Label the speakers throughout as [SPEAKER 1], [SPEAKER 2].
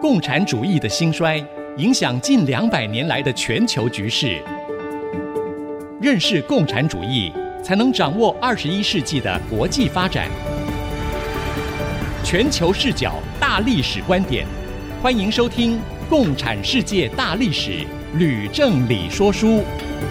[SPEAKER 1] 共产主义的兴衰影响近200年来的全球局势。认识共产主义，才能掌握21世纪的国际发展。全球视角大历史观点，欢迎收听《共产世界大历史》，吕正理说书。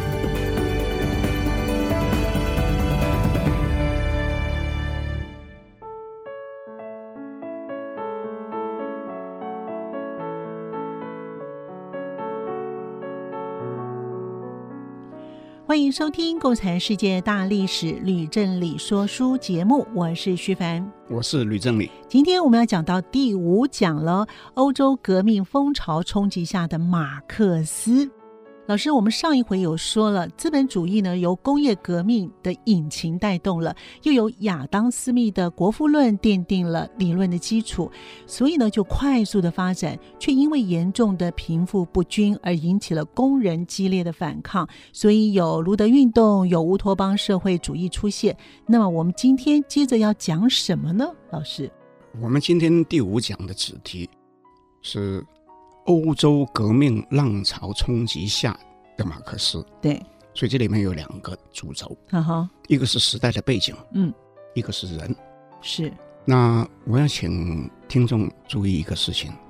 [SPEAKER 2] 欢迎收听《共产世界大历史》吕正理说书节目，我是徐凡，
[SPEAKER 3] 我是吕正理。
[SPEAKER 2] 今天我们要讲到第5讲了，欧洲革命风潮冲击下的马克思。老师，我们上一回有说了，资本主义呢由工业革命的引擎带动了，又由亚当斯密的国富论奠定了理论的基础，所以呢就快速的发展，却因为严重的贫富不均而引起了工人激烈的反抗，所以有卢德运动，有乌托邦社会主义出现。那么我们今天接着要讲什么呢？老师，
[SPEAKER 3] 我们今天第5讲的主题是欧洲革命浪潮冲击下的马克思。
[SPEAKER 2] 对，
[SPEAKER 3] 所以这里面有2个主轴，一个是时代的背景，一个是人。
[SPEAKER 2] 是。
[SPEAKER 3] 那我要请听众注意一个事情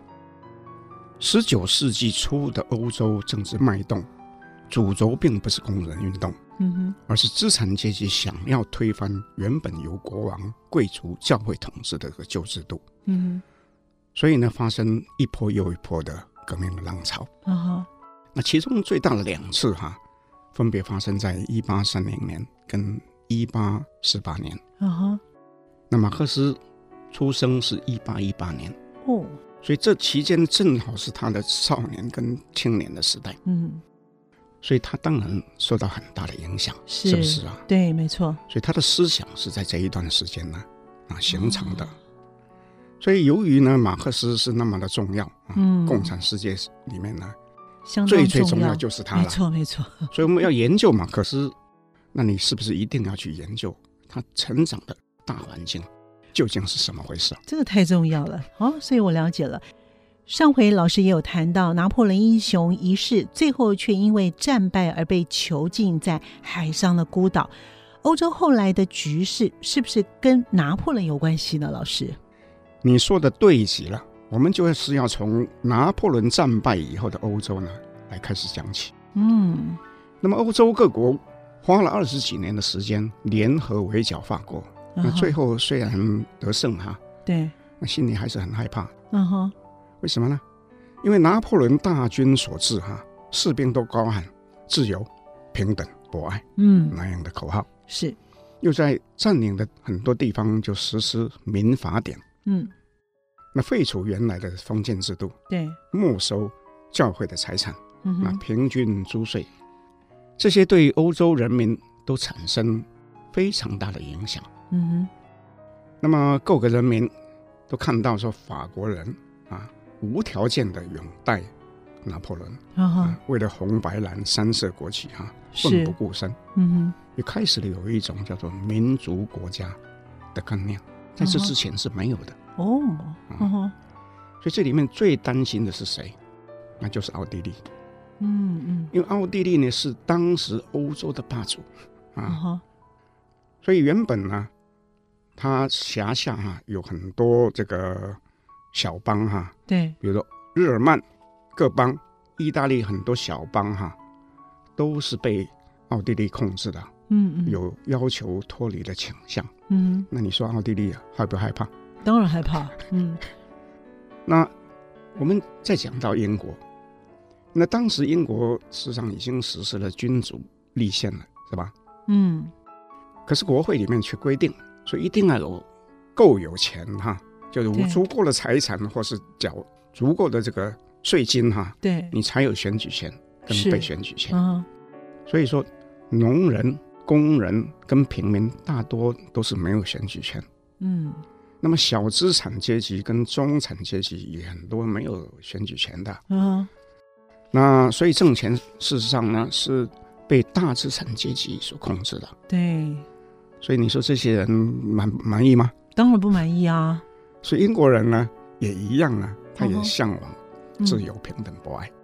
[SPEAKER 3] ，19世纪初的欧洲政治脉动主轴并不是工人运动，而是资产阶级想要推翻原本由国王、贵族、教会统治的这个旧制度。所以呢，发生一波又一波的革命的浪潮。那其中最大的2次分别发生在1830年跟1848年。那马克思出生是1818年，所以这期间正好是他的少年跟青年的时代。所以他当然受到很大的影响，是不是啊？
[SPEAKER 2] 对，没错。
[SPEAKER 3] 所以他的思想是在这一段时间呢形成的。所以由于呢马克思是那么的重要，共产世界里面呢最重要就是他了。
[SPEAKER 2] 没错没错。
[SPEAKER 3] 所以我们要研究马克思，那你是不是一定要去研究他成长的大环境究竟是什么回事？
[SPEAKER 2] 这个太重要了。所以我了解了。上回老师也有谈到拿破仑英雄一世，最后却因为战败而被囚禁在海上的孤岛。欧洲后来的局势是不是跟拿破仑有关系呢？老师，
[SPEAKER 3] 你说的对极了，我们就是要从拿破仑战败以后的欧洲呢来开始讲起。那么欧洲各国花了20几年的时间联合围剿法国，那最后虽然得胜
[SPEAKER 2] 对，
[SPEAKER 3] 那心里还是很害怕。为什么呢？因为拿破仑大军所至士兵都高喊自由、平等、博爱那样的口号，
[SPEAKER 2] 是
[SPEAKER 3] 又在占领的很多地方就实施民法典，那废除原来的封建制度，
[SPEAKER 2] 对，
[SPEAKER 3] 没收教会的财产，那平均租税，这些对欧洲人民都产生非常大的影响。那么各个人民都看到说法国人无条件的拥戴拿破仑，为了红白蓝3色国旗奋不顾身，也开始了有一种叫做民族国家的概念，在这之前是没有的。所以这里面最担心的是谁？那就是奥地利。因为奥地利呢是当时欧洲的霸主所以原本呢他辖下有很多这个小邦
[SPEAKER 2] 对，
[SPEAKER 3] 比如说日耳曼各邦，意大利很多小邦都是被奥地利控制的，有要求脱离的倾向。那你说奥地利害不害怕？
[SPEAKER 2] 当然害怕。
[SPEAKER 3] 那我们再讲到英国，那当时英国事实上已经实施了君主立宪了，是吧？可是国会里面却规定说一定要够有钱就是无足够的财产或是缴足够的这个税金
[SPEAKER 2] 对，
[SPEAKER 3] 你才有选举权跟被选举权。所以说农人、工人跟平民大多都是没有选举权。那么小资产阶级跟中产阶级也很多没有选举权的。那所以政权事实上呢是被大资产阶级所控制的。
[SPEAKER 2] 对，
[SPEAKER 3] 所以你说这些人满意吗？
[SPEAKER 2] 当然不满意啊。
[SPEAKER 3] 所以英国人呢也一样他也向往自由、平等、博爱。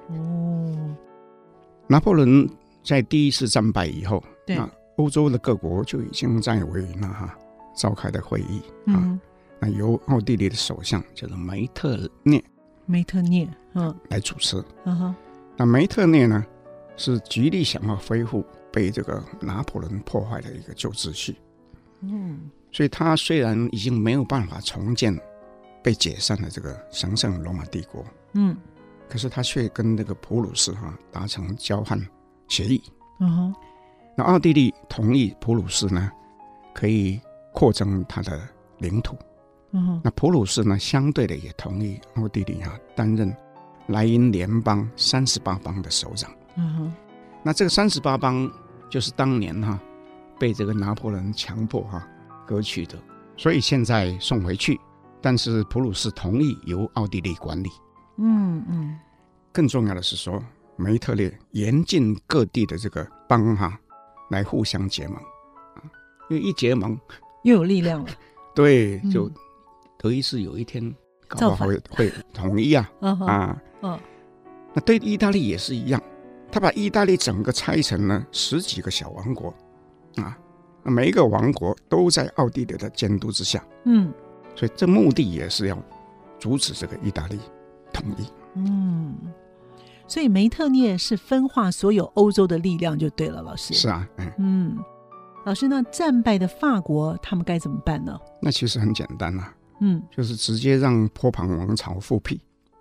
[SPEAKER 3] 拿破仑在第一次战败以后，那欧洲的各国就已经在维也纳召开的会议那由奥地利的首相叫做梅特涅来主持。那梅特涅呢，是极力想要恢复被这个拿破仑破坏的一个旧秩序。所以他虽然已经没有办法重建被解散的这个神圣罗马帝国，可是他却跟那个普鲁士达成交换协议。那奥地利同意普鲁士呢可以扩增他的领土。那普鲁士呢相对的也同意奥地利担任莱茵联邦38邦的首长。那这个38邦就是当年被这个拿破仑强迫割去的，所以现在送回去，但是普鲁士同意由奥地利管理。更重要的是说，梅特列严禁各地的这个邦来互相结盟因为一结盟
[SPEAKER 2] 又有力量了。
[SPEAKER 3] 对，就德意志有一天搞不好会统一那对意大利也是一样，他把意大利整个拆成了10几个小王国那每一个王国都在奥地利的监督之下。所以这目的也是要阻止这个意大利统一。
[SPEAKER 2] 所以梅特涅是分化所有欧洲的力量就对了，老师。
[SPEAKER 3] 是啊。
[SPEAKER 2] 老师，那战败的法国他们该怎么办呢？
[SPEAKER 3] 那其实很简单就是直接让波旁王朝复辟。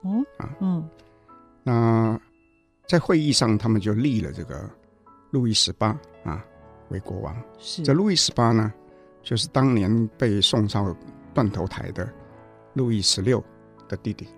[SPEAKER 3] 那在会议上他们就立了这个路易18为国王。这路易18呢，就是当年被送上断头台的路易16的弟弟。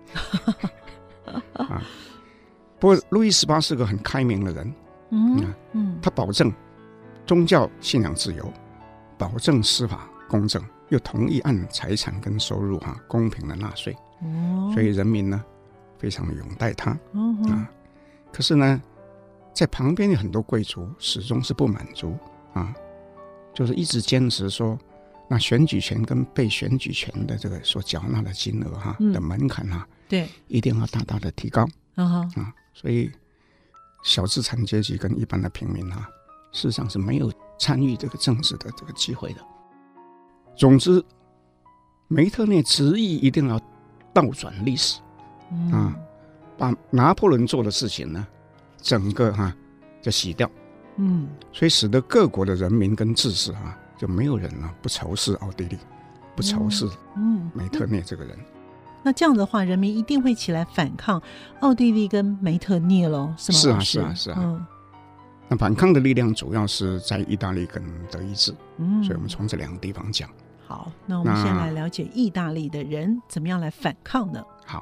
[SPEAKER 3] 不过路易18是个很开明的人。他保证宗教信仰自由，保证司法公正，又同意按财产跟收入公平的纳税。所以人民呢非常的拥戴他。可是呢，在旁边有很多贵族始终是不满足就是一直坚持说，那选举权跟被选举权的这个所缴纳的金额的门槛
[SPEAKER 2] 对，
[SPEAKER 3] 一定要大大的提高。所以小资产阶级跟一般的平民事实上是没有参与这个政治的这个机会的。总之，梅特涅执意一定要倒转历史把拿破仑做的事情呢整个就洗掉。所以使得各国的人民跟志士就没有人不仇视奥地利，不仇视梅特涅这个人。
[SPEAKER 2] 那这样的话，人民一定会起来反抗奥地利跟梅特涅咯，是吗？
[SPEAKER 3] 是啊。那反抗的力量主要是在意大利跟德意志。所以我们从这两个地方讲。
[SPEAKER 2] 好，那我们先来了解意大利的人怎么样来反抗呢？
[SPEAKER 3] 好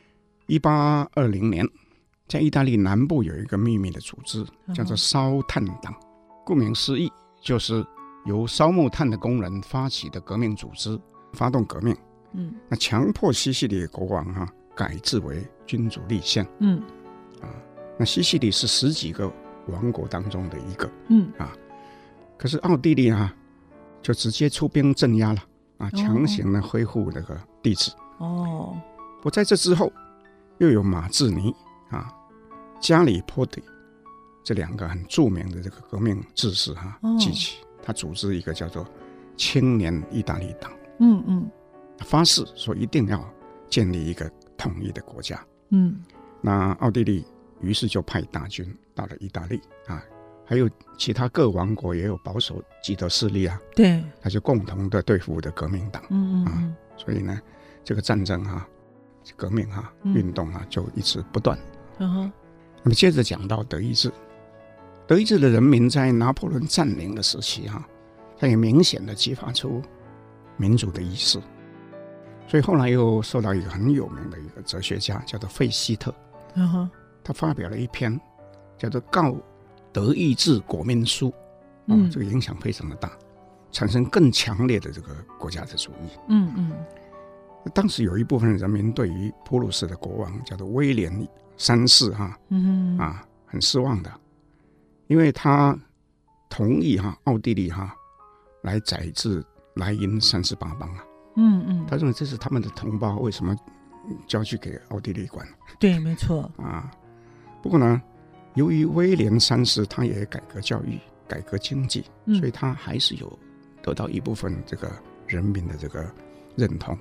[SPEAKER 3] ，1820年在意大利南部有一个秘密的组织叫做烧炭党。顾名思义，就是由烧木炭的工人发起的革命组织，发动革命。那强迫西西里国王改制为君主立宪。那西西里是10几个王国当中的一个。可是奥地利就直接出兵镇压了强行的恢复那个帝制。不在这之后，又有马志尼加里波底这两个很著名的这个革命志士记起，他组织一个叫做青年意大利党。发誓说一定要建立一个统一的国家。那奥地利于是就派大军到了意大利还有其他各王国也有保守极的势力
[SPEAKER 2] 对，
[SPEAKER 3] 他就共同的对付的革命党。所以呢，这个战争革命运动就一直不断。那么接着讲到德意志，德意志的人民在拿破仑占领的时期他也明显的激发出民主的意识。所以后来又受到一个很有名的一个哲学家叫做费希特。他发表了一篇叫做《告德意志国民书》。这个影响非常的大，产生更强烈的这个国家的主义。当时有一部分人民对于普鲁士的国王叫做威廉3世很失望的，因为他同意奥地利来宰制莱茵38邦他认为这是他们的同胞，为什么交去给奥地利管。
[SPEAKER 2] 对，没错
[SPEAKER 3] 啊。不过呢，由于威廉三世他也改革教育、改革经济，所以他还是有得到一部分这个人民的这个认同。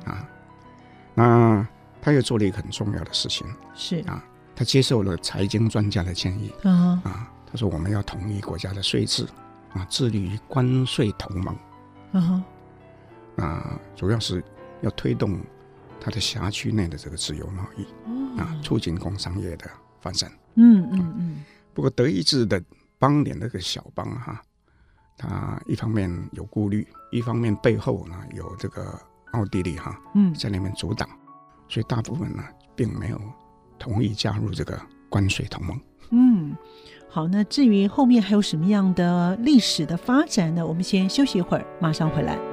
[SPEAKER 3] 那他又做了一个很重要的事情，
[SPEAKER 2] 是
[SPEAKER 3] 他接受了财经专家的建议。他说我们要统一国家的税制，致力于关税同盟。主要是要推动他的辖区内的这个自由贸易，促进工商业的发展。不过德意志的邦联这个小邦他一方面有顾虑，一方面背后呢有这个奥地利在那边阻挡，所以大部分呢并没有同意加入这个关税同盟。
[SPEAKER 2] 好，那至于后面还有什么样的历史的发展呢？我们先休息一会儿，马上回来。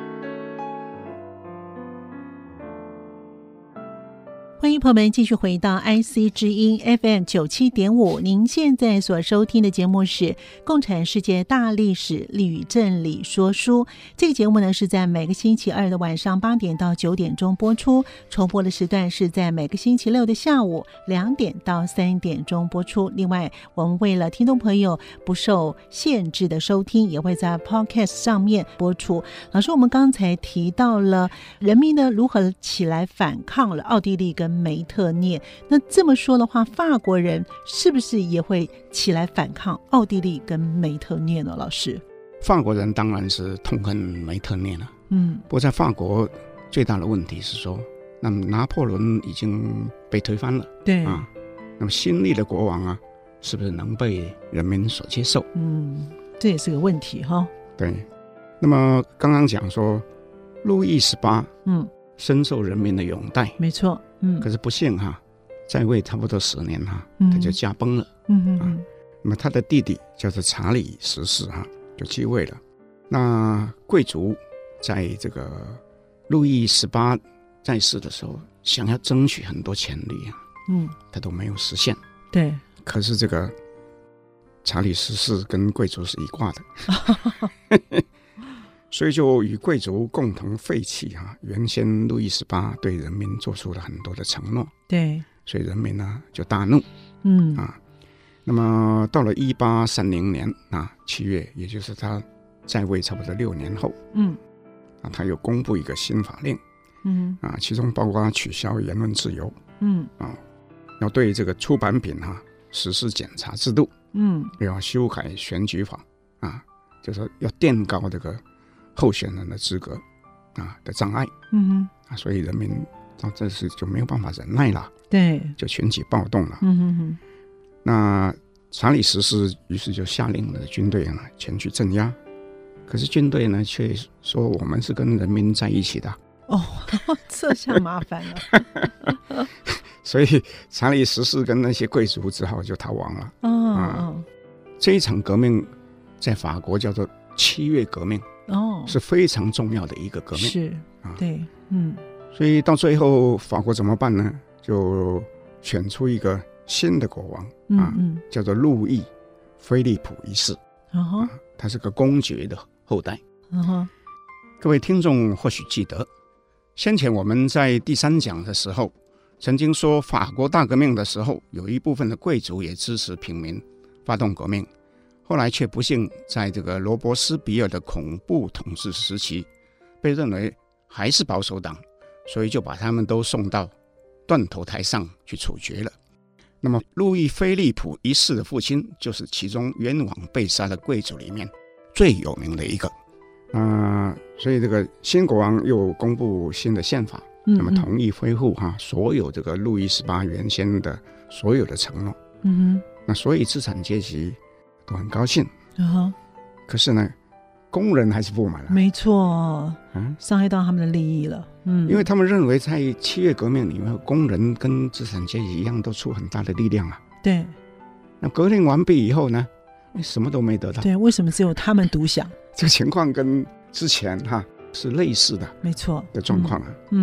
[SPEAKER 2] 欢迎朋友们继续回到 IC 之音 FM 97.5，您现在所收听的节目是《共产世界大历史吕振理说书》。这个节目呢是在每个星期二的晚上8点到9点钟播出，重播的时段是在每个星期六的下午2点到3点钟播出。另外，我们为了听众朋友不受限制的收听，也会在 Podcast 上面播出。老师，我们刚才提到了人民呢如何起来反抗了奥地利跟梅特涅，那这么说的话，法国人是不是也会起来反抗奥地利跟梅特涅呢？老师，
[SPEAKER 3] 法国人当然是痛恨梅特涅了。不过在法国最大的问题是说，那么拿破仑已经被推翻了，
[SPEAKER 2] 对
[SPEAKER 3] 那么新立的国王是不是能被人民所接受？
[SPEAKER 2] 这也是个问题哈。
[SPEAKER 3] 对，那么刚刚讲说路易18深受人民的拥戴，
[SPEAKER 2] 没错。
[SPEAKER 3] 可是不幸在位差不多10年他就驾崩了。那么他的弟弟叫做查理10世就继位了。那贵族在这个路易18在世的时候，想要争取很多权利他都没有实现。
[SPEAKER 2] 对，
[SPEAKER 3] 可是这个查理10世跟贵族是一挂的。所以就与贵族共同废弃原先路易18对人民做出了很多的承诺。
[SPEAKER 2] 对，
[SPEAKER 3] 所以人民呢就大怒。那么到了1830年7月，也就是他在位差不多6年后，他又公布一个新法令，其中包括取消言论自由，要对这个出版品实施检查制度，要修改选举法就是要垫高这个候选人的资格的障碍。所以人民到这时就没有办法忍耐了，
[SPEAKER 2] 对，
[SPEAKER 3] 就群起暴动了。那查理10世于是就下令了军队前去镇压，可是军队呢却说我们是跟人民在一起的。
[SPEAKER 2] 这下麻烦了。
[SPEAKER 3] 所以查理10世跟那些贵族只好就逃亡了。这一场革命在法国叫做7月革命，是非常重要的一个革命。
[SPEAKER 2] 是对，
[SPEAKER 3] 所以到最后法国怎么办呢？就选出一个新的国王，叫做路易菲利普一世。他是个公爵的后代。各位听众或许记得，先前我们在第3讲的时候曾经说，法国大革命的时候有一部分的贵族也支持平民发动革命，后来却不幸在这个罗伯斯比尔的恐怖统治时期被认为还是保守党，所以就把他们都送到断头台上去处决了。那么路易菲利普一世的父亲就是其中冤枉被杀的贵族里面最有名的一个。所以这个新国王又公布新的宪法，那么同意恢复所有这个路易18原先的所有的承诺。那所以资产阶级都很高兴。可是呢，工人还是不满了。
[SPEAKER 2] 没错，伤害到他们的利益了。
[SPEAKER 3] 因为他们认为在7月革命里面，工人跟资产阶级一样都出很大的力量
[SPEAKER 2] 对，
[SPEAKER 3] 那革命完毕以后呢，什么都没得到。
[SPEAKER 2] 对，为什么只有他们独享？
[SPEAKER 3] 这个情况跟之前是类似的，
[SPEAKER 2] 没错
[SPEAKER 3] 的状况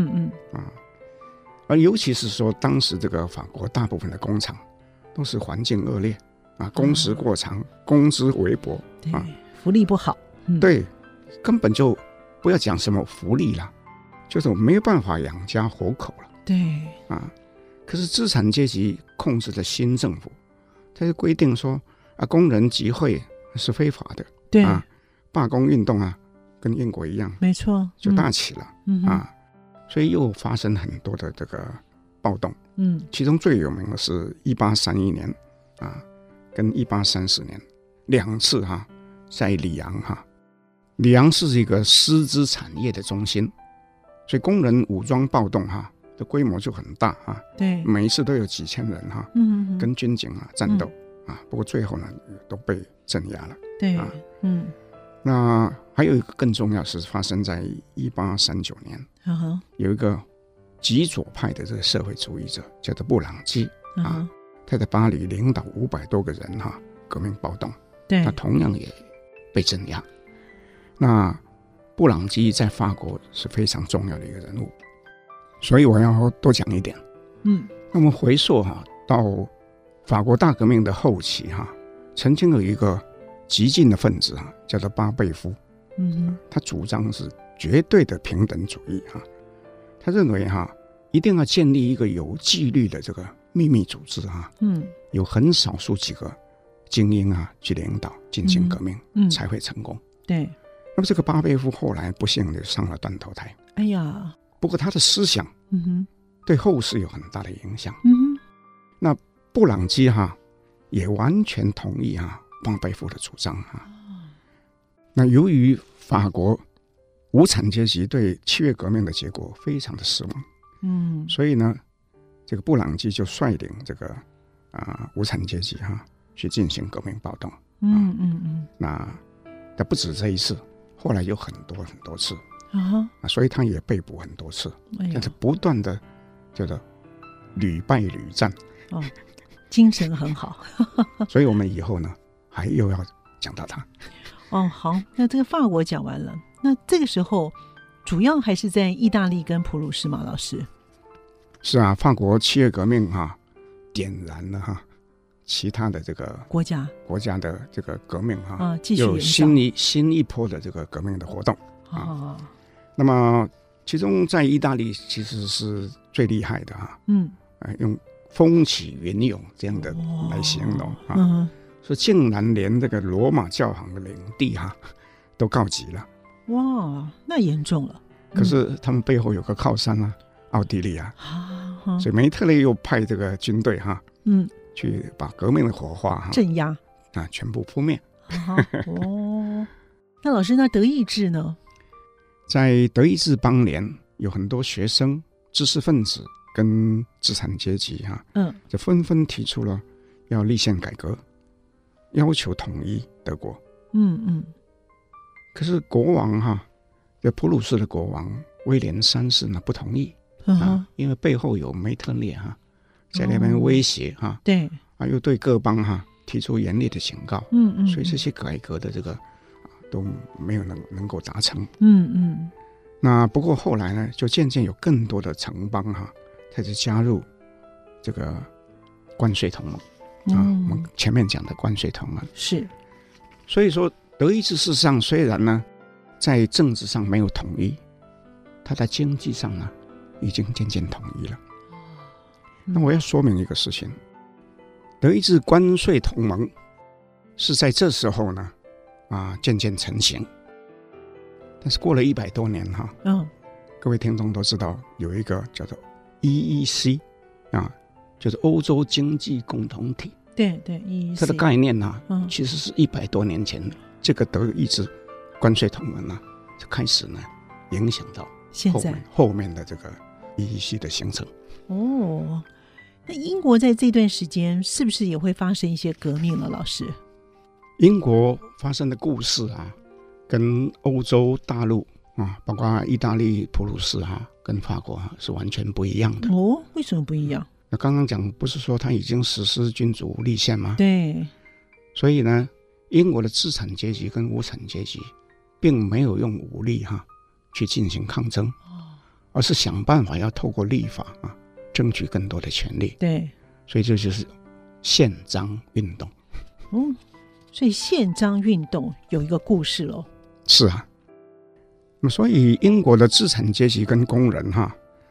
[SPEAKER 3] 而尤其是说当时这个法国大部分的工厂都是环境恶劣工时过长，工资微薄
[SPEAKER 2] 福利不好。
[SPEAKER 3] 对，根本就不要讲什么福利了，就是没有办法养家活口了。
[SPEAKER 2] 对
[SPEAKER 3] 啊。可是资产阶级控制了新政府，他就规定说工人集会是非法的，
[SPEAKER 2] 对
[SPEAKER 3] 罢工运动跟英国一样，
[SPEAKER 2] 没错，
[SPEAKER 3] 就大起了所以又发生很多的这个暴动，其中最有名的是1831年跟1830年2次在里昂里昂是一个丝织产业的中心，所以工人武装暴动的规模就很大
[SPEAKER 2] 对，
[SPEAKER 3] 每一次都有几千人跟军警战斗不过最后呢都被镇压了，
[SPEAKER 2] 对
[SPEAKER 3] 那还有一个更重要是发生在1839年有一个极左派的这个社会主义者叫做布朗基他在巴黎领导500多个人革命暴动，
[SPEAKER 2] 对，
[SPEAKER 3] 他同样也被镇压。那布朗基在法国是非常重要的一个人物，所以我要多讲一点。那我们回溯到法国大革命的后期曾经有一个激进的分子叫做巴贝夫，他主张是绝对的平等主义他认为一定要建立一个有纪律的这个秘密组织有很少数几个精英去领导进行革命才会成功。
[SPEAKER 2] 对，
[SPEAKER 3] 那么这个巴贝夫后来不幸的上了断头台，
[SPEAKER 2] 哎呀，
[SPEAKER 3] 不过他的思想对后世有很大的影响。那布朗基也完全同意巴贝夫的主张那由于法国无产阶级对7月革命的结果非常的失望，所以呢这个布朗基就率领这个无产阶级去进行革命暴动。那不止这一次，后来有很多很多次所以他也被捕很多次，但是不断的叫做屡败屡战
[SPEAKER 2] 精神很好
[SPEAKER 3] 所以我们以后呢还又要讲到他。
[SPEAKER 2] 好，那这个法国讲完了，那这个时候主要还是在意大利跟普鲁士吗？老师？
[SPEAKER 3] 是法国7月革命点燃了其他的这个国家的这个革命
[SPEAKER 2] 继续
[SPEAKER 3] 有新一波的这个革命的活动那么其中在意大利其实是最厉害的用风起云涌这样的来形容说竟然连这个罗马教皇的领地都告急了。
[SPEAKER 2] 哇，那严重了。
[SPEAKER 3] 可是他们背后有个靠山奥地利所以梅特勒又派这个军队去把革命的火花
[SPEAKER 2] 镇压
[SPEAKER 3] 全部扑灭
[SPEAKER 2] 那老师，那德意志呢？
[SPEAKER 3] 在德意志邦联有很多学生、知识分子跟资产阶级就纷纷提出了要立宪改革，要求统一德国。可是国王普鲁士的国王威廉3世呢不同意因为背后有梅特列在那边威胁
[SPEAKER 2] 对
[SPEAKER 3] 又对各邦提出严厉的警告所以这些改革的这个都没有能够达成那不过后来呢就渐渐有更多的城邦开始加入这个关税同盟我们前面讲的关税同盟
[SPEAKER 2] 是。
[SPEAKER 3] 所以说德意志事实上虽然呢在政治上没有统一，它在经济上呢已经渐渐统一了那我要说明一个事情，德意志关税同盟是在这时候呢渐渐成型，但是过了100多年各位听众都知道有一个叫做 EEC 就是欧洲经济共同体。
[SPEAKER 2] 对 EEC
[SPEAKER 3] 它的概念其实是100多年前这个德意志关税同盟就开始呢影响到后面的这个 EEC 的形成。
[SPEAKER 2] 那英国在这段时间是不是也会发生一些革命了？老师，
[SPEAKER 3] 英国发生的故事跟欧洲大陆包括意大利、普鲁士跟法国是完全不一样的。
[SPEAKER 2] 为什么不一样？
[SPEAKER 3] 那刚刚讲不是说他已经实施君主立宪吗？
[SPEAKER 2] 对。
[SPEAKER 3] 所以呢，英国的资产阶级跟无产阶级并没有用武力去进行抗争而是想办法要透过立法争取更多的权利。
[SPEAKER 2] 对。
[SPEAKER 3] 所以这就是宪章运动。
[SPEAKER 2] 所以宪章运动有一个故事咯。
[SPEAKER 3] 是那么所以英国的资产阶级跟工人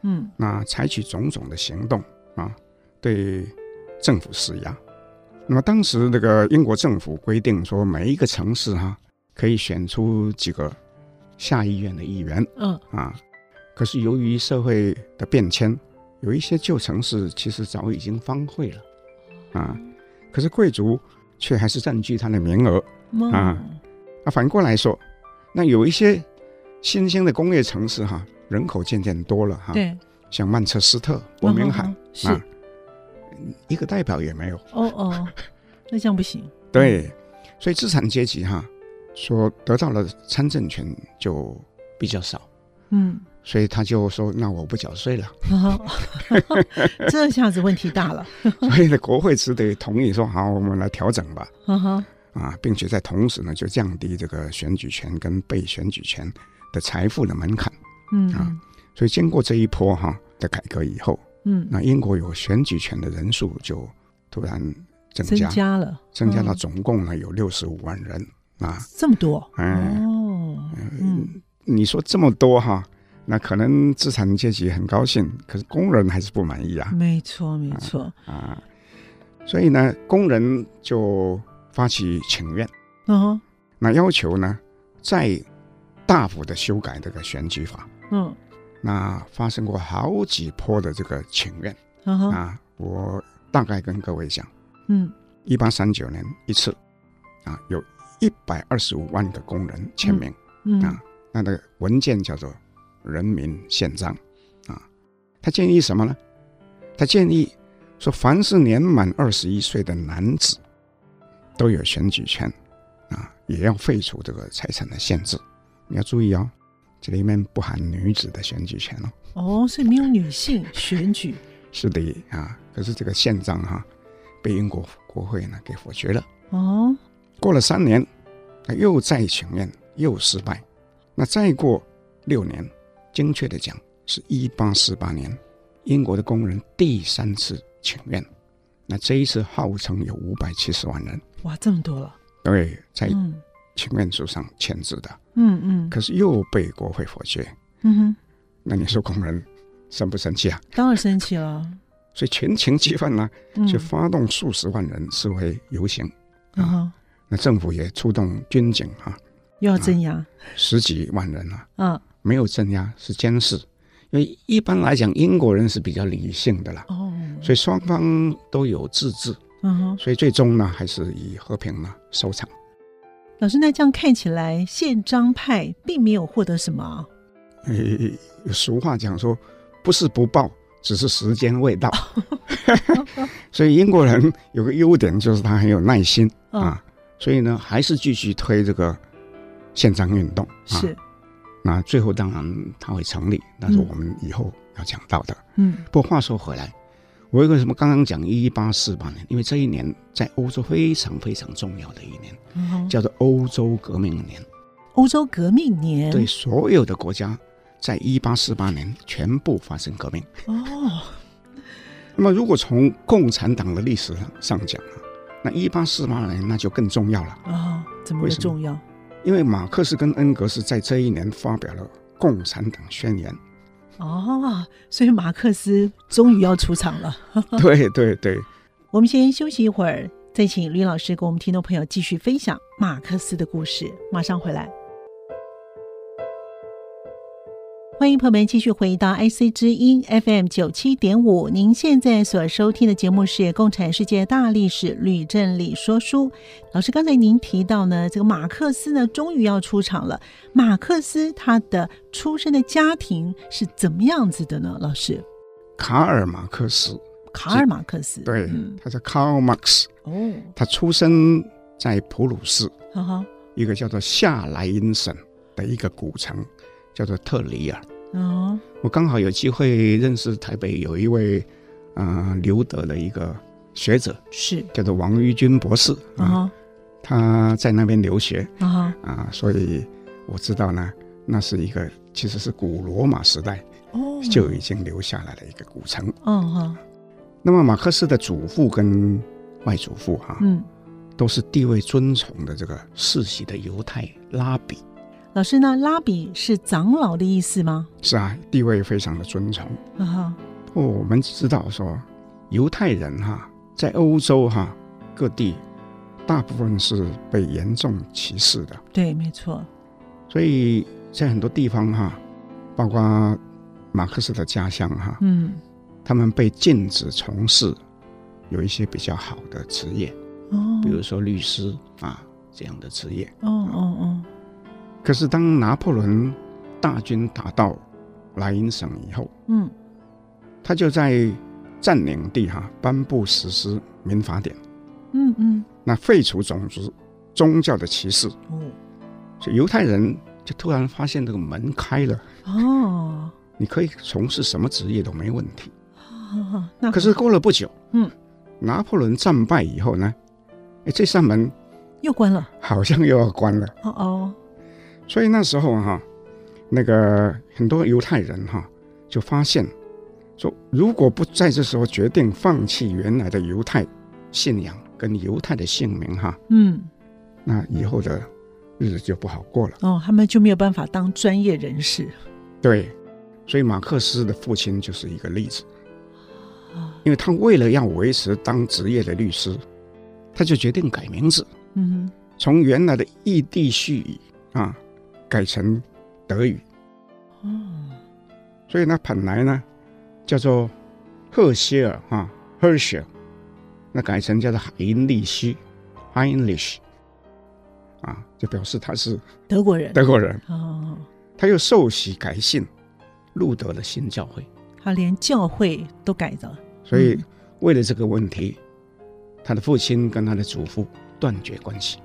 [SPEAKER 3] 那采取种种的行动啊，对政府施压。那么当时这个英国政府规定说，每一个城市可以选出几个下议院的议员，可是由于社会的变迁，有一些旧城市其实早已经荒废了可是贵族却还是占据他的名额反过来说，那有一些新兴的工业城市人口渐渐多了
[SPEAKER 2] 对，
[SPEAKER 3] 像曼彻斯特、伯明翰
[SPEAKER 2] 是
[SPEAKER 3] 一个代表也没有
[SPEAKER 2] 那这样不行。
[SPEAKER 3] 对，所以资产阶级说得到了参政权就比较少，所以他就说那我不缴税了
[SPEAKER 2] 这下子问题大了
[SPEAKER 3] 所以呢，国会只得同意说好，我们来调整吧并且在同时呢，就降低这个选举权跟被选举权的财富的门槛所以经过这一波的改革以后，那英国有选举权的人数就突然增加了，增加到总共呢有65万人
[SPEAKER 2] 这么多
[SPEAKER 3] 你说这么多那可能资产阶级很高兴，可是工人还是不满意
[SPEAKER 2] 没错没错
[SPEAKER 3] 所以呢，工人就发起请愿那要求呢再大幅的修改这个选举法那发生过好几波的这个请愿我大概跟各位讲1839年一次有125万个工人签名那个文件叫做人民宪章他建议什么呢？他建议说，凡是年满21岁的男子都有选举权也要废除这个财产的限制。你要注意这里面不含女子的选举权
[SPEAKER 2] 所以没有女性选举
[SPEAKER 3] 是的可是这个宪章被英国国会呢给否决了过了3年他又再请愿又失败，那再过6年，精确的讲是1848年，英国的工人第3次请愿，那这一次号称有570万人，
[SPEAKER 2] 哇，这么多了。
[SPEAKER 3] 对，在请愿书上签字的，可是又被国会否决，那你说工人生不生气啊？
[SPEAKER 2] 当然生气了。
[SPEAKER 3] 所以群情激愤呢，就发动数十万人示威游行那政府也出动军警
[SPEAKER 2] 又要镇压
[SPEAKER 3] 10几万人没有镇压，是监视。因为一般来讲英国人是比较理性的啦所以双方都有自治所以最终呢还是以和平呢收场。
[SPEAKER 2] 老师，那这样看起来宪章派并没有获得什么
[SPEAKER 3] 俗话讲说不是不报，只是时间未到所以英国人有个优点就是他很有耐心所以呢还是继续推这个宪章运动
[SPEAKER 2] 是
[SPEAKER 3] 那最后当然它会成立，那是我们以后要讲到的不过话说回来，我为什么刚刚讲1848年，因为这一年在欧洲非常非常重要的一年叫做欧洲革命年。
[SPEAKER 2] 欧洲革命年，
[SPEAKER 3] 对，所有的国家在1848年全部发生革命那么如果从共产党的历史上讲那1848年那就更重要了
[SPEAKER 2] 怎么会重要？
[SPEAKER 3] 因为马克思跟恩格斯在这一年发表了共产党宣言
[SPEAKER 2] 所以马克思终于要出场了
[SPEAKER 3] 对对对，
[SPEAKER 2] 我们先休息一会儿，再请吕老师跟我们听众朋友继续分享马克思的故事，马上回来。欢迎朋友们继续回到 IC 之音 FM 97.5， 您现在所收听的节目是《共产世界大历史吕振理说书》。老师，刚才您提到呢，这个马克思呢终于要出场了。马克思他的出生的家庭是怎么样子的呢？老师，
[SPEAKER 3] 卡尔马克思，对，他叫 Karl Marx 他出生在普鲁士一个叫做夏莱茵省的一个古城叫做特里尔我刚好有机会认识台北有一位留德的一个学者，是叫做王于君博士他在那边留学所以我知道呢，那是一个其实是古罗马时代就已经留下来的一个古城那么马克思的祖父跟外祖父都是地位尊崇的这个世袭的犹太拉比
[SPEAKER 2] 老师呢，拉比是长老的意思吗？
[SPEAKER 3] 是啊，地位非常的尊崇。我们知道说，犹太人在欧洲各地大部分是被严重歧视的。
[SPEAKER 2] 对，没错。
[SPEAKER 3] 所以在很多地方包括马克思的家乡他们被禁止从事有一些比较好的职业，比如说律师这样的职业。可是当拿破仑大军打到莱茵省以后，他就在占领地颁布实施民法典，那废除种族宗教的歧视。所以犹太人就突然发现这个门开了，你可以从事什么职业都没问题。可是过了不久，拿破仑战败以后呢，这扇门
[SPEAKER 2] 又关了，
[SPEAKER 3] 好像又要关了。所以那时候那个很多犹太人就发现说，如果不在这时候决定放弃原来的犹太信仰跟犹太的姓名那以后的日子就不好过了。
[SPEAKER 2] 他们就没有办法当专业人士。
[SPEAKER 3] 对，所以马克思的父亲就是一个例子。因为他为了要维持当职业的律师，他就决定改名字，从原来的异地续语改成德语。所以呢，本来呢叫做赫歇尔Herschel， 那改成叫做海因利希 Heinrich， 就表示他是德国人。他又受洗改信，路德的新教会，
[SPEAKER 2] 他连教会都改了。
[SPEAKER 3] 所以为了这个问题，他的父亲跟他的祖父断绝关系。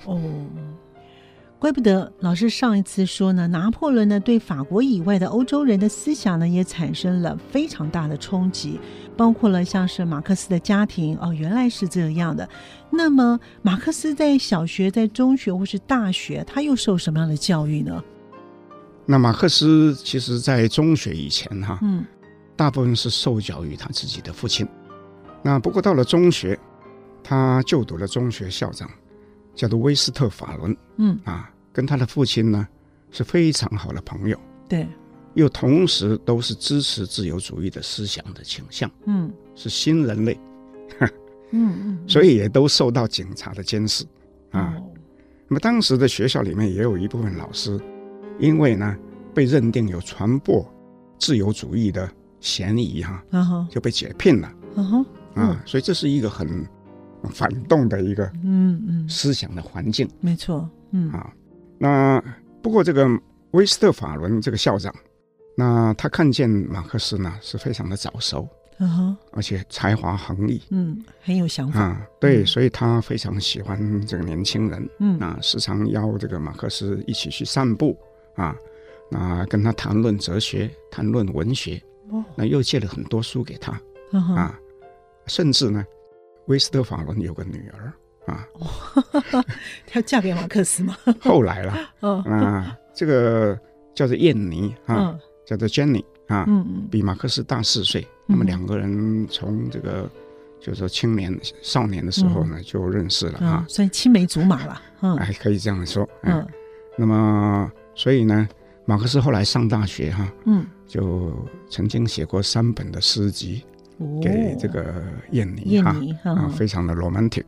[SPEAKER 2] 怪不得老师上一次说呢，拿破仑呢对法国以外的欧洲人的思想呢也产生了非常大的冲击，包括了像是马克思的家庭。原来是这样的。那么马克思在小学、在中学或是大学，他又受什么样的教育呢？
[SPEAKER 3] 那马克思其实在中学以前大部分是受教于他自己的父亲。那不过到了中学，他就读了中学校长叫做威斯特法伦，跟他的父亲呢是非常好的朋友。
[SPEAKER 2] 对，
[SPEAKER 3] 又同时都是支持自由主义的思想的倾向，是新人类，所以也都受到警察的监视那么当时的学校里面也有一部分老师，因为呢被认定有传播自由主义的嫌疑就被解聘了。所以这是一个很反动的一个思想的环境。
[SPEAKER 2] 没错。
[SPEAKER 3] 那不过这个威斯特法伦这个校长，那他看见马克思呢是非常的早熟，而且才华横溢，
[SPEAKER 2] 很有想法
[SPEAKER 3] 对，所以他非常喜欢这个年轻人，时常邀这个马克思一起去散步那跟他谈论哲学，谈论文学，那又借了很多书给他甚至呢威斯特法伦有个女儿
[SPEAKER 2] 她要嫁给马克思吗？
[SPEAKER 3] 后来了这个叫做燕妮叫做 Jenny 比马克思大4岁。那么两个人从这个就是说青年少年的时候呢就认识了
[SPEAKER 2] 所以青梅竹马了
[SPEAKER 3] 可以这样说那么所以呢马克思后来上大学就曾经写过3本的诗集给这个燕妮非常的 romantic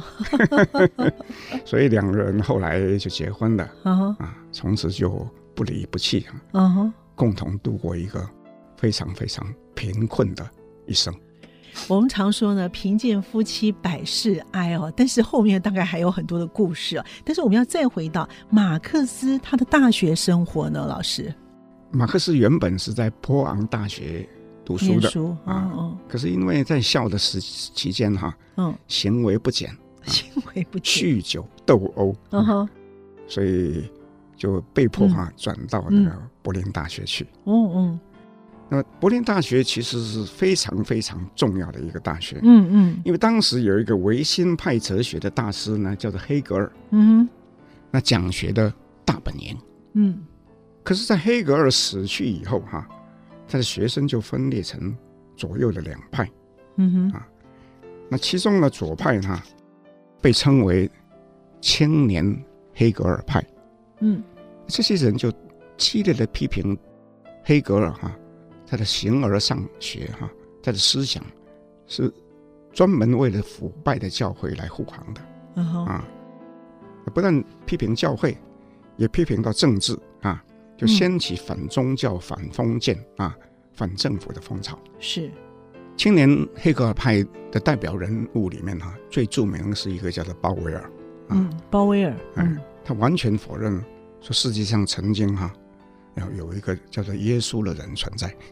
[SPEAKER 3] 所以两个人后来就结婚了从此就不离不弃共同度过一个非常非常贫困的一生。
[SPEAKER 2] 我们常说呢，贫贱夫妻百事哀但是后面大概还有很多的故事但是我们要再回到马克思他的大学生活呢，老师。
[SPEAKER 3] 马克思原本是在波昂大学读书的，可是因为在校的期间行为不检，酗酒斗殴所以就被迫转到那个柏林大学去。那么柏林大学其实是非常非常重要的一个大学，因为当时有一个维新派哲学的大师呢，叫做黑格尔，那讲学的大本营，可是在黑格尔死去以后他的学生就分裂成左右的2派，那其中的左派被称为青年黑格尔派， 这些人就激烈的批评黑格尔他的形而上学他的思想是专门为了腐败的教会来护航的不但批评教会，也批评到政治就掀起反宗教、反封建反政府的风潮。
[SPEAKER 2] 是
[SPEAKER 3] 青年黑格尔派的代表人物里面最著名的是一个叫做鲍威尔
[SPEAKER 2] 鲍威尔
[SPEAKER 3] 他完全否认说世界上曾经有一个叫做耶稣的人存在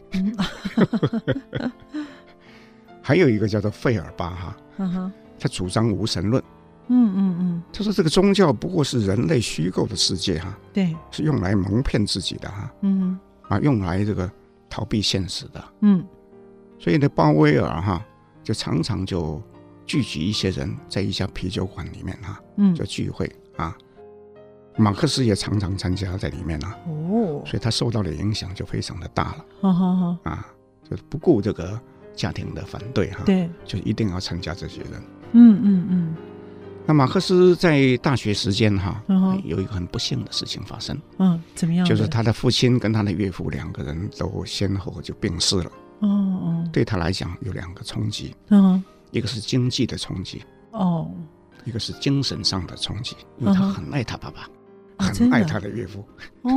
[SPEAKER 3] 还有一个叫做费尔巴他主张无神论他说这个宗教不过是人类虚构的世界
[SPEAKER 2] 对，
[SPEAKER 3] 是用来蒙骗自己的用来这个逃避现实的所以呢鲍威尔就常常就聚集一些人在一家啤酒馆里面就聚会马克思也常常参加在里面所以他受到的影响就非常的大了就不顾这个家庭的反对
[SPEAKER 2] 对，
[SPEAKER 3] 就一定要参加这些人那马克思在大学时间有一个很不幸的事情发生
[SPEAKER 2] 怎么样？
[SPEAKER 3] 就是他的父亲跟他的岳父两个人都先后就病逝了对他来讲有两个冲击一个是经济的冲击一个是精神上的冲击，因为他很爱他爸爸很爱他的岳父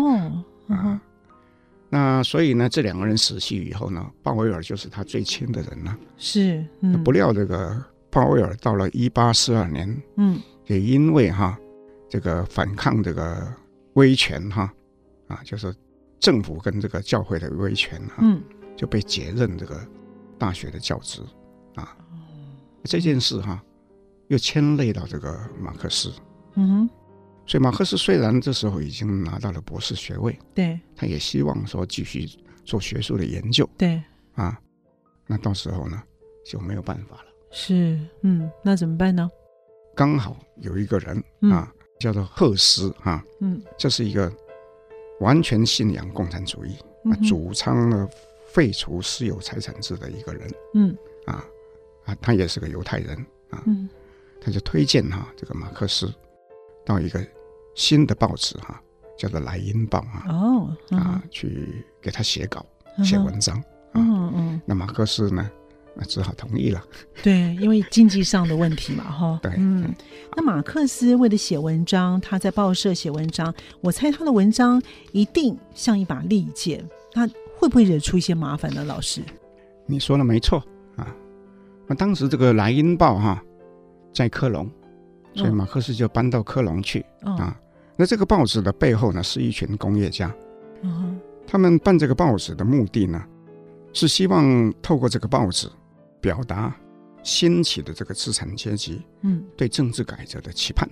[SPEAKER 3] 那所以呢这两个人死去以后呢，鲍威尔就是他最亲的人了
[SPEAKER 2] 是
[SPEAKER 3] 不料这个鲍威尔到了1842年也因为这个反抗这个威权就是政府跟这个教会的威权就被解任这个大学的教职这件事又牵累到这个马克思所以马克思虽然这时候已经拿到了博士学位，
[SPEAKER 2] 对，
[SPEAKER 3] 他也希望说继续做学术的研究，
[SPEAKER 2] 对
[SPEAKER 3] 那到时候呢就没有办法了。
[SPEAKER 2] 是那怎么办呢？
[SPEAKER 3] 刚好有一个人叫做赫斯这是一个完全信仰共产主义主张了废除私有财产制的一个人他也是个犹太人他就推荐这个马克思到一个新的报纸叫做莱茵报去给他写稿写文章那马克思呢那只好同意了，
[SPEAKER 2] 对，因为经济上的问题嘛
[SPEAKER 3] 对
[SPEAKER 2] 那马克思为了写文章，他在报社写文章，我猜他的文章一定像一把利剑，他会不会惹出一些麻烦呢？老师，
[SPEAKER 3] 你说的没错那当时这个莱茵报在科隆，所以马克思就搬到科隆去那这个报纸的背后呢是一群工业家他们办这个报纸的目的呢是希望透过这个报纸表达兴起的这个资产阶级对政治改革的期盼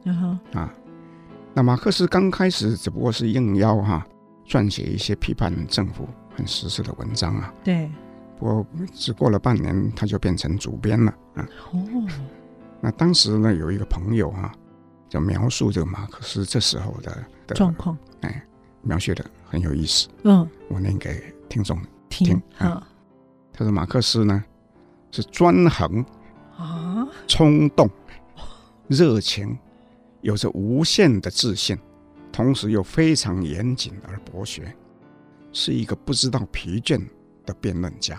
[SPEAKER 3] 那马克思刚开始只不过是应邀撰写一些批判政府很实事的文章
[SPEAKER 2] 对，
[SPEAKER 3] 不过只过了半年他就变成主编了那当时呢有一个朋友就描述这个马克思这时候的
[SPEAKER 2] 状况
[SPEAKER 3] 描写的很有意思我念给听众听他说马克思呢是专横冲动热情，有着无限的自信，同时又非常严谨而博学，是一个不知道疲倦的辩论家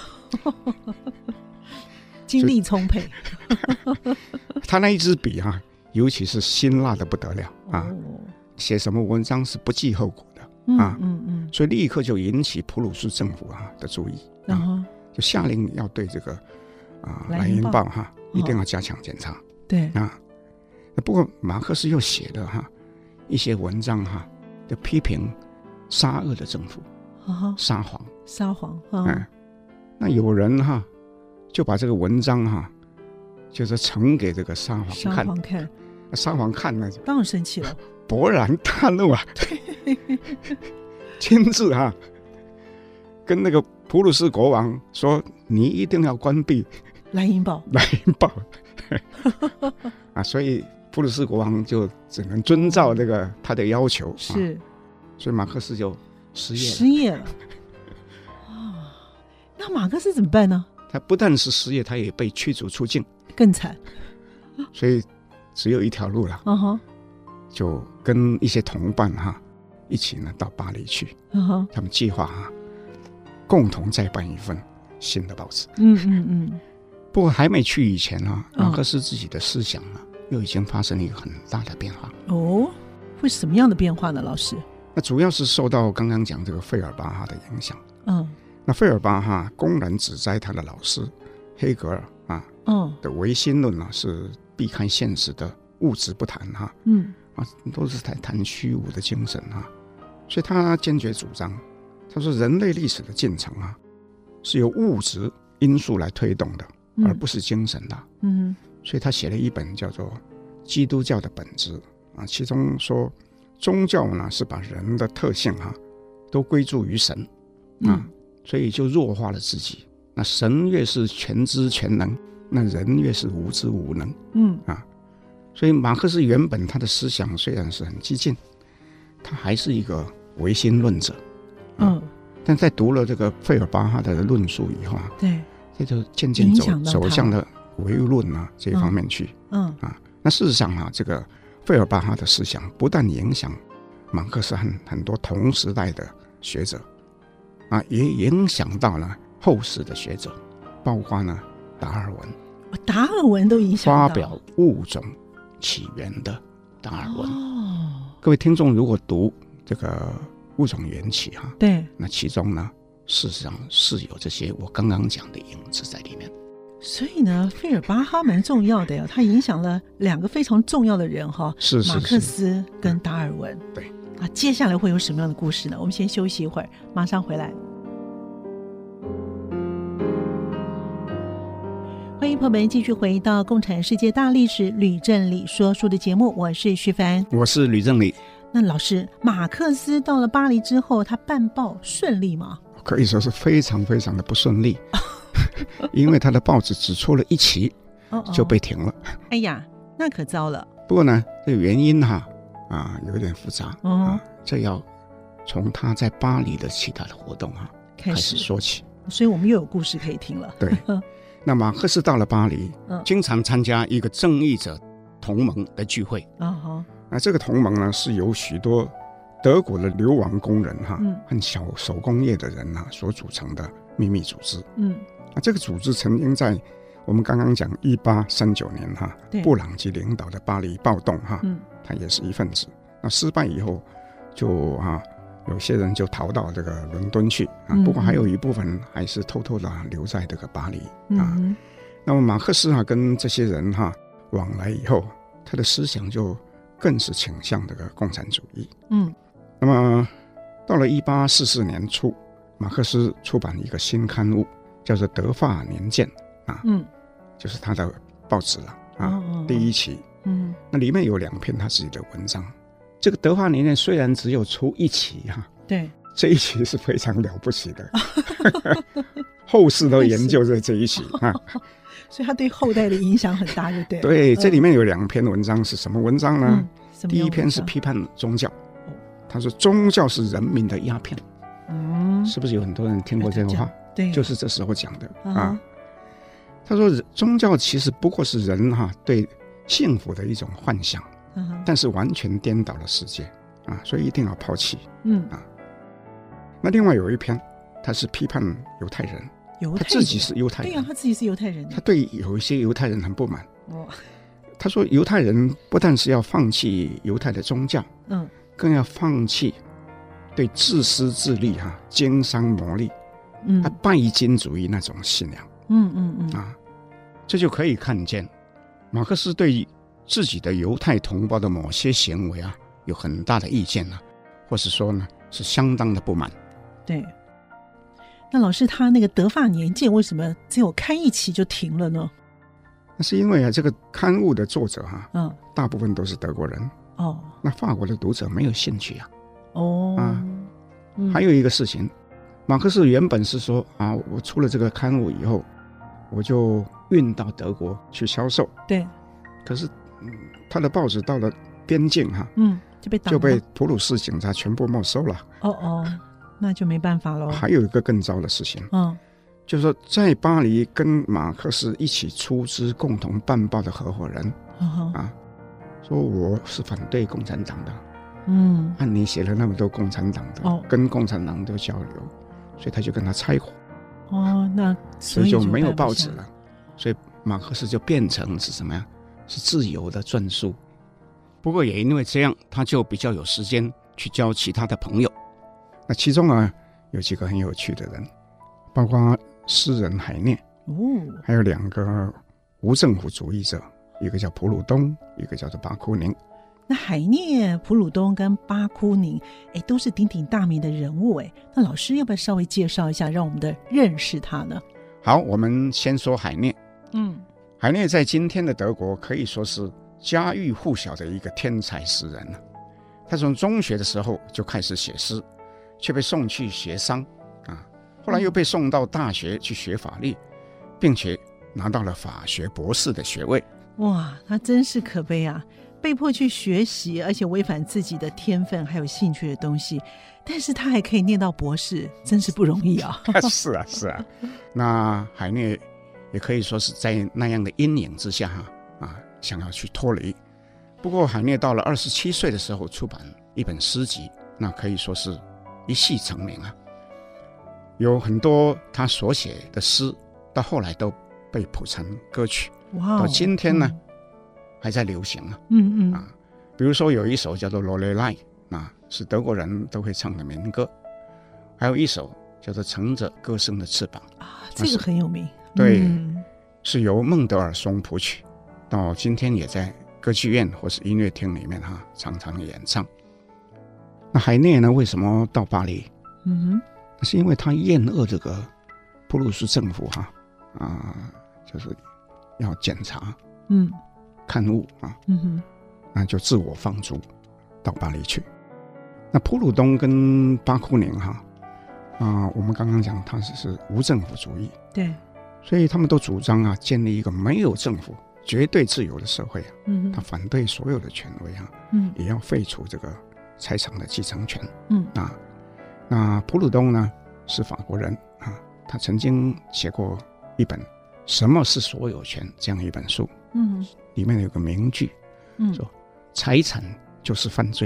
[SPEAKER 2] 精力充沛
[SPEAKER 3] 他那一支笔尤其是辛辣的不得了写什么文章是不计后果的所以立刻就引起普鲁士政府的注意就下令要对这个莱茵报一定要加强检查
[SPEAKER 2] 对
[SPEAKER 3] 不过马克思又写了一些文章就批评沙俄的政府沙皇那有人就把这个文章就是呈给这个沙皇看沙皇看了
[SPEAKER 2] 当然生气了，
[SPEAKER 3] 勃然大怒亲自跟那个普鲁士国王说你一定要关闭
[SPEAKER 2] 莱茵报
[SPEAKER 3] 所以普鲁士国王就只能遵照这个他的要求
[SPEAKER 2] 是
[SPEAKER 3] 所以马克思就失
[SPEAKER 2] 业了那马克思怎么办呢？
[SPEAKER 3] 他不但是失业，他也被驱逐出境，
[SPEAKER 2] 更惨
[SPEAKER 3] 所以只有一条路了就跟一些同伴一起呢到巴黎去，他们计划共同再办一份新的报纸。不过还没去以前马克思自己的思想又已经发生了一个很大的变化。
[SPEAKER 2] 会什么样的变化呢，老师？
[SPEAKER 3] 那主要是受到刚刚讲这个费尔巴哈的影响。那费尔巴哈公然指摘他的老师黑格尔的唯心论是避开现实的物质不谈都是谈虚无的精神所以他坚决主张，他说人类历史的进程是由物质因素来推动的，而不是精神的。所以他写了一本叫做《基督教的本质》其中说宗教呢是把人的特性都归诸于神所以就弱化了自己。那神越是全知全能，那人越是无知无能。所以马克思原本他的思想虽然是很激进，他还是一个唯心论者。但在读了这个费尔巴哈的论述以后
[SPEAKER 2] 对，
[SPEAKER 3] 这就渐渐走向了唯物论这方面去。那事实上这个费尔巴哈的思想不但影响马克思很多同时代的学者也影响到了后世的学者，包括呢达尔文。
[SPEAKER 2] 达尔文都影响到
[SPEAKER 3] 发表物种起源的达尔文。各位听众如果读这个物种缘起
[SPEAKER 2] 对，
[SPEAKER 3] 那其中呢事实上是有这些我刚刚讲的影子在里面。
[SPEAKER 2] 所以呢费尔巴哈蛮重要的他影响了两个非常重要的人
[SPEAKER 3] 是
[SPEAKER 2] 马克思跟达尔文。
[SPEAKER 3] 对
[SPEAKER 2] 接下来会有什么样的故事呢？我们先休息一会儿，马上回来。欢迎朋友们继续回到共产世界大历史吕正理说书的节目，我是徐凡，
[SPEAKER 3] 我是吕正理。
[SPEAKER 2] 那老师，马克思到了巴黎之后，他办报顺利吗？
[SPEAKER 3] 可以说是非常非常的不顺利因为他的报纸只出了一期就被停了。
[SPEAKER 2] 哎呀，那可糟了。
[SPEAKER 3] 不过呢这个原因有点复杂这要从他在巴黎的其他的活动开始说起，
[SPEAKER 2] 所以我们又有故事可以听了。
[SPEAKER 3] 对那马克思到了巴黎经常参加一个正义者同盟的聚会那这个同盟呢是由许多德国的流亡工人和小手工业的人所组成的秘密组织。那这个组织曾经在我们刚刚讲1839年布朗吉领导的巴黎暴动他也是一份子。那失败以后就有些人就逃到这个伦敦去不过还有一部分还是偷偷的留在这个巴黎那么马克思跟这些人往来以后，他的思想就更是倾向这个共产主义。那么到了1844年初，马克思出版一个新刊物，叫做《德法年鉴》就是他的报纸了第一期。那里面有2篇他自己的文章。这个《德法年鉴》虽然只有出一期
[SPEAKER 2] 对，
[SPEAKER 3] 这一期是非常了不起的后世都研究这一期
[SPEAKER 2] 所以他对后代的影响很大，对不对？
[SPEAKER 3] 对，这里面有2篇文章是什么文章呢？第一篇是批判宗教，他说宗教是人民的鸦片。是不是有很多人听过这个话？
[SPEAKER 2] 对，
[SPEAKER 3] 就是这时候讲的他说宗教其实不过是人对幸福的一种幻想但是完全颠倒了世界所以一定要抛弃。那另外有一篇他是批判犹太人，他自己是犹太人。
[SPEAKER 2] 对他自己是犹太人，
[SPEAKER 3] 他对有一些犹太人很不满他说犹太人不但是要放弃犹太的宗教更要放弃对自私自利经商谋利拜金主义那种信仰这就可以看见马克思对自己的犹太同胞的某些行为有很大的意见或是说呢是相当的不满。
[SPEAKER 2] 对，那老师他那个德法年鉴为什么只有开一期就停了呢？
[SPEAKER 3] 那是因为这个刊物的作者大部分都是德国人那法国的读者没有兴趣还有一个事情，马克思原本是说我出了这个刊物以后我就运到德国去销售。
[SPEAKER 2] 对，
[SPEAKER 3] 可是他的报纸到了边境就被普鲁士警察全部没收了。
[SPEAKER 2] 那就没办法了。
[SPEAKER 3] 还有一个更糟的事情就是说在巴黎跟马克思一起出资共同办报的合伙人说我是反对共产党的你写了那么多共产党的，跟共产党都交流，所以他就跟他拆伙。
[SPEAKER 2] 那
[SPEAKER 3] 所以就没有报纸了。所以马克思就变成是什么呀？是自由的撰述。不过也因为这样，他就比较有时间去交其他的朋友。那其中呢，有几个很有趣的人，包括诗人海涅，还有2个无政府主义者，一个叫普鲁东，一个叫做巴库宁。
[SPEAKER 2] 那海涅、普鲁东跟巴库宁，都是鼎鼎大名的人物。那老师要不要稍微介绍一下，让我们的认识他呢？
[SPEAKER 3] 好，我们先说海涅。海涅在今天的德国可以说是家喻户晓的一个天才诗人了。他从中学的时候就开始写诗，却被送去学商后来又被送到大学去学法律，并且拿到了法学博士的学位。
[SPEAKER 2] 哇，他真是可悲啊！被迫去学习，而且违反自己的天分还有兴趣的东西，但是他还可以念到博士，真是不容易啊！
[SPEAKER 3] 是啊。那海涅也可以说是在那样的阴影之下想要去脱离。不过海涅到了27岁的时候出版一本诗集，那可以说是一夕成名有很多他所写的诗到后来都被谱成歌曲，到今天呢还在流行比如说有一首叫做《罗雷莱》，是德国人都会唱的民歌。还有一首叫做《乘着歌声的翅膀》
[SPEAKER 2] 这个很有名。
[SPEAKER 3] 对，是由孟德尔松谱曲，到今天也在歌剧院或是音乐厅里面常常演唱。那海涅呢，为什么到巴黎？是因为他厌恶这个普鲁士政府就是要检查刊物那就自我放逐到巴黎去。那普鲁东跟巴库宁我们刚刚讲他是无政府主义，
[SPEAKER 2] 对，
[SPEAKER 3] 所以他们都主张建立一个没有政府、绝对自由的社会他反对所有的权威也要废除这个财产的继承权那普鲁东呢是法国人他曾经写过一本《什么是所有权》这样一本书里面有个名句说财产就是犯罪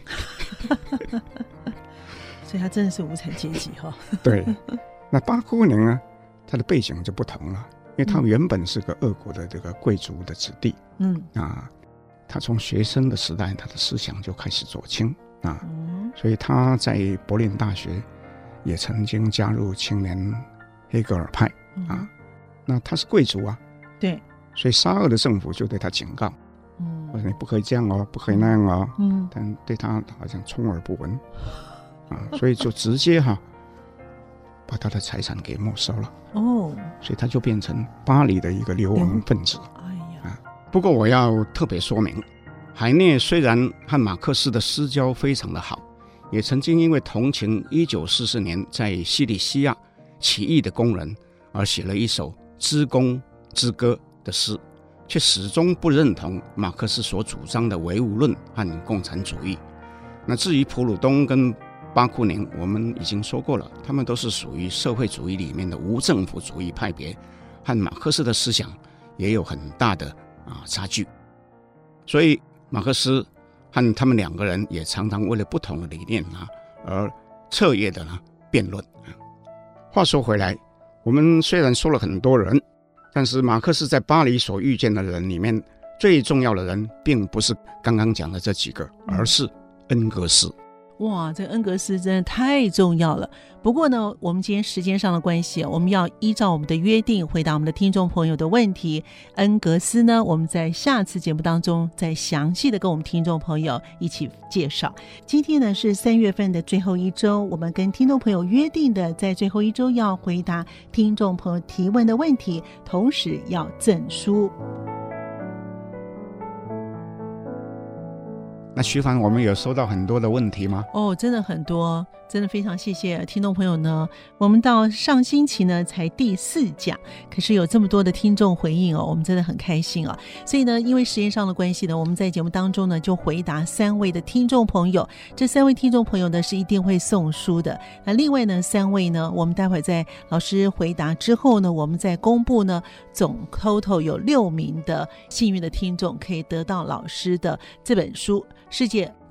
[SPEAKER 2] 所以他真的是无产阶级
[SPEAKER 3] 对，那巴库宁呢，他的背景就不同了，因为他原本是个俄国的这个贵族的子弟他从学生的时代他的思想就开始左倾所以他在柏林大学也曾经加入青年黑格尔派那他是贵族
[SPEAKER 2] 对，
[SPEAKER 3] 所以沙俄的政府就对他警告我说你不可以这样不可以那样但对他好像充耳不闻所以就直接把他的财产给没收了所以他就变成巴黎的一个流亡分子不过我要特别说明，海涅虽然和马克思的私交非常的好，也曾经因为同情1944年在西里西亚起义的工人而写了一首知工之歌的诗，却始终不认同马克思所主张的唯物论和共产主义。那至于普鲁东跟巴库宁，我们已经说过了，他们都是属于社会主义里面的无政府主义派别，和马克思的思想也有很大的差距。所以马克思和他们2个人也常常为了不同的理念而彻夜的辩论话说回来，我们虽然说了很多人，但是马克思在巴黎所遇见的人里面，最重要的人并不是刚刚讲的这几个，而是恩格斯。
[SPEAKER 2] 哇，这个恩格斯真的太重要了。不过呢，我们今天时间上的关系，我们要依照我们的约定回答我们的听众朋友的问题。恩格斯呢，我们在下次节目当中再详细的跟我们听众朋友一起介绍。今天呢是3月份的最后一周，我们跟听众朋友约定的，在最后一周要回答听众朋友提问的问题，同时要赠书。
[SPEAKER 3] 那徐凡，我们有收到很多的问题吗？
[SPEAKER 2] 真的很多，真的非常谢谢听众朋友呢。我们到上星期呢才第4讲，可是有这么多的听众回应我们真的很开心所以呢，因为时间上的关系呢，我们在节目当中呢就回答3位的听众朋友。这3位听众朋友呢是一定会送书的。那另外呢3位呢，我们待会在老师回答之后呢，我们再公布呢，总 total 有6名的幸运的听众可以得到老师的这本书《世界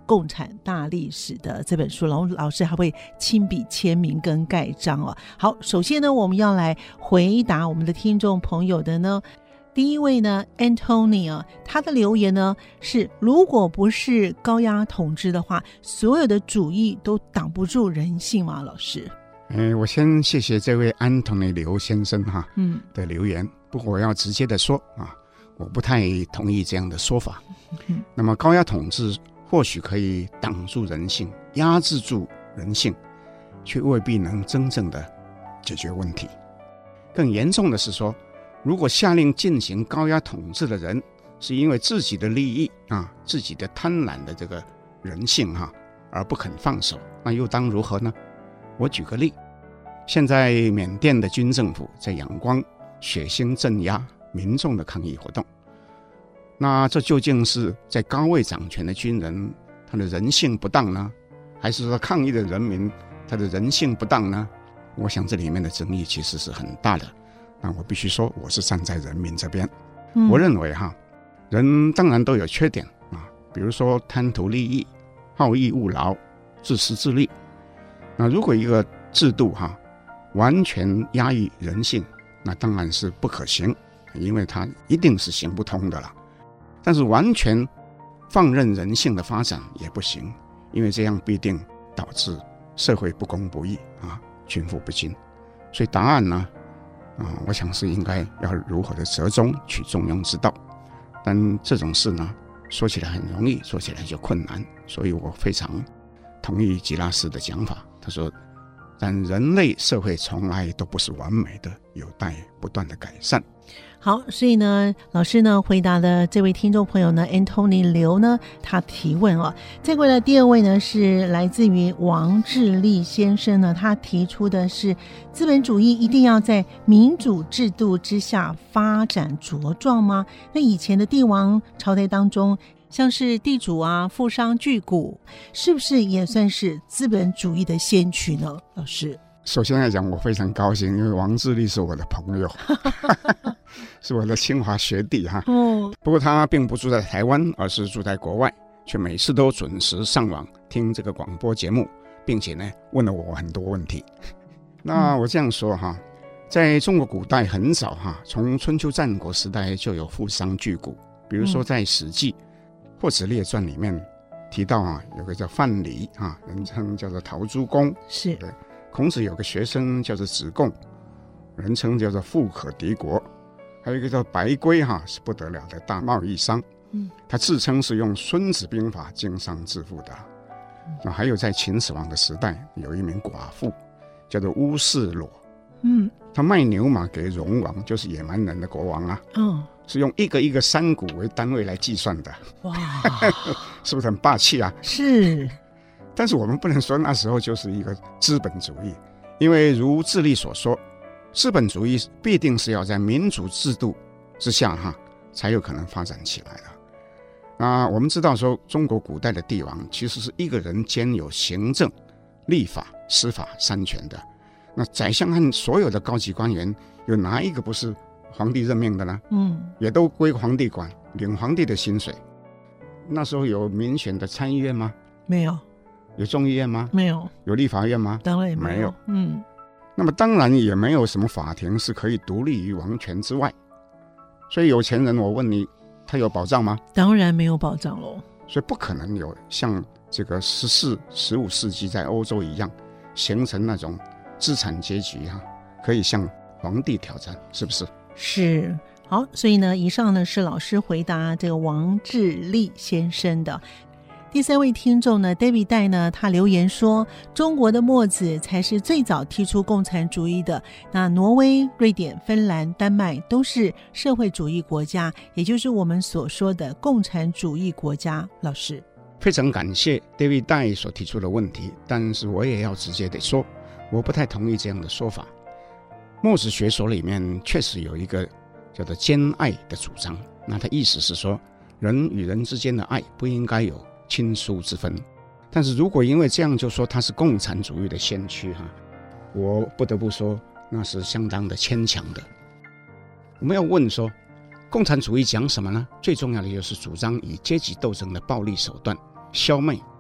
[SPEAKER 2] 共产大历史》的这本书，然后老师还会亲笔签名跟盖章哦。好，首先呢，我们要来回答我们的听众朋友的呢，第一位呢 Anthony 啊，他的留言呢是：如果不是高压统治的话，所有的主义都挡不住人性吗？老师？
[SPEAKER 3] 我先谢谢这位安东尼刘先生的留言，不过我要直接的说我不太同意这样的说法。那么高压统治或许可以挡住人性，压制住人性，却未必能真正的解决问题。更严重的是说，如果下令进行高压统治的人是因为自己的利益自己的贪婪的这个人性而不肯放手，那又当如何呢？我举个例，现在缅甸的军政府在仰光血腥镇压民众的抗议活动，那这究竟是在高位掌权的军人他的人性不当呢，还是说抗议的人民他的人性不当呢？我想这里面的争议其实是很大的。那我必须说，我是站在人民这边。我认为人当然都有缺点比如说贪图利益、好逸恶劳、自私自利。那如果一个制度完全压抑人性，那当然是不可行，因为它一定是行不通的了。但是完全放任人性的发展也不行，因为这样必定导致社会不公不义群富不均。所以答案呢我想是应该要如何的折中，取中庸之道。但这种事呢，说起来很容易，做起来就困难。所以我非常同意吉拉斯的讲法，他说但人类社会从来都不是完美的，有待不断的改善。
[SPEAKER 2] 好，所以呢，老师呢回答的这位听众朋友呢 Anthony 刘呢，他提问再过来第二位呢是来自于王志立先生呢，他提出的是资本主义一定要在民主制度之下发展茁壮吗？那以前的帝王朝代当中，像是地主富商巨贾，是不是也算是资本主义的先驱呢？老师，
[SPEAKER 3] 首先来讲，我非常高兴，因为王志立是我的朋友是我的清华学弟不过他并不住在台湾，而是住在国外，却每次都准时上网听这个广播节目，并且呢问了我很多问题。那我这样说在中国古代很早从春秋战国时代就有富商巨贾，比如说在《史记》或者《列传》里面提到有个叫范蠡人称叫做陶朱公，
[SPEAKER 2] 是
[SPEAKER 3] 孔子有个学生叫做子贡，人称叫做富可敌国。还有一个叫白圭是不得了的大贸易商，他自称是用孙子兵法经商致富的。那还有在秦始皇的时代，有一名寡妇叫做乌氏裸，他卖牛马给戎王，就是野蛮人的国王是用一个一个山谷为单位来计算的。
[SPEAKER 2] 哇
[SPEAKER 3] 是不是很霸气
[SPEAKER 2] 是。
[SPEAKER 3] 但是我们不能说那时候就是一个资本主义，因为如智利所说，资本主义必定是要在民主制度之下才有可能发展起来的。那我们知道说，中国古代的帝王其实是一个人兼有行政、立法、司法三权的。那宰相和所有的高级官员，有哪一个不是皇帝任命的呢？也都归皇帝管，领皇帝的薪水。那时候有民选的参议院吗？
[SPEAKER 2] 没有。
[SPEAKER 3] 有众议院吗？
[SPEAKER 2] 没有。
[SPEAKER 3] 有立法院吗？
[SPEAKER 2] 当然也没有。
[SPEAKER 3] 那么当然也没有什么法庭是可以独立于王权之外。所以有钱人，我问你，他有保障吗？
[SPEAKER 2] 当然没有保障咯。
[SPEAKER 3] 所以不可能有像这个14、15世纪在欧洲一样，形成那种资产阶级可以向皇帝挑战，是不是？
[SPEAKER 2] 是。好，所以呢，以上呢是老师回答这个王志立先生的。第三位听众呢 David 戴呢，他留言说，中国的墨子才是最早提出共产主义的。那挪威、瑞典、芬兰、丹麦都是社会主义国家，也就是我们所说的共产主义国家。老师，
[SPEAKER 3] 非常感谢 David 戴所提出的问题，但是我也要直接的说，我不太同意这样的说法。墨子学说里面确实有一个叫做兼爱的主张，那他意思是说，人与人之间的爱不应该有亲疏之分。但是如果因为这样就说他是共产主义的先驱我不得不说那是相当的牵强的。我们要问说，共产主义讲什么呢？最重要的就是主张以阶级斗争的暴力手段消灭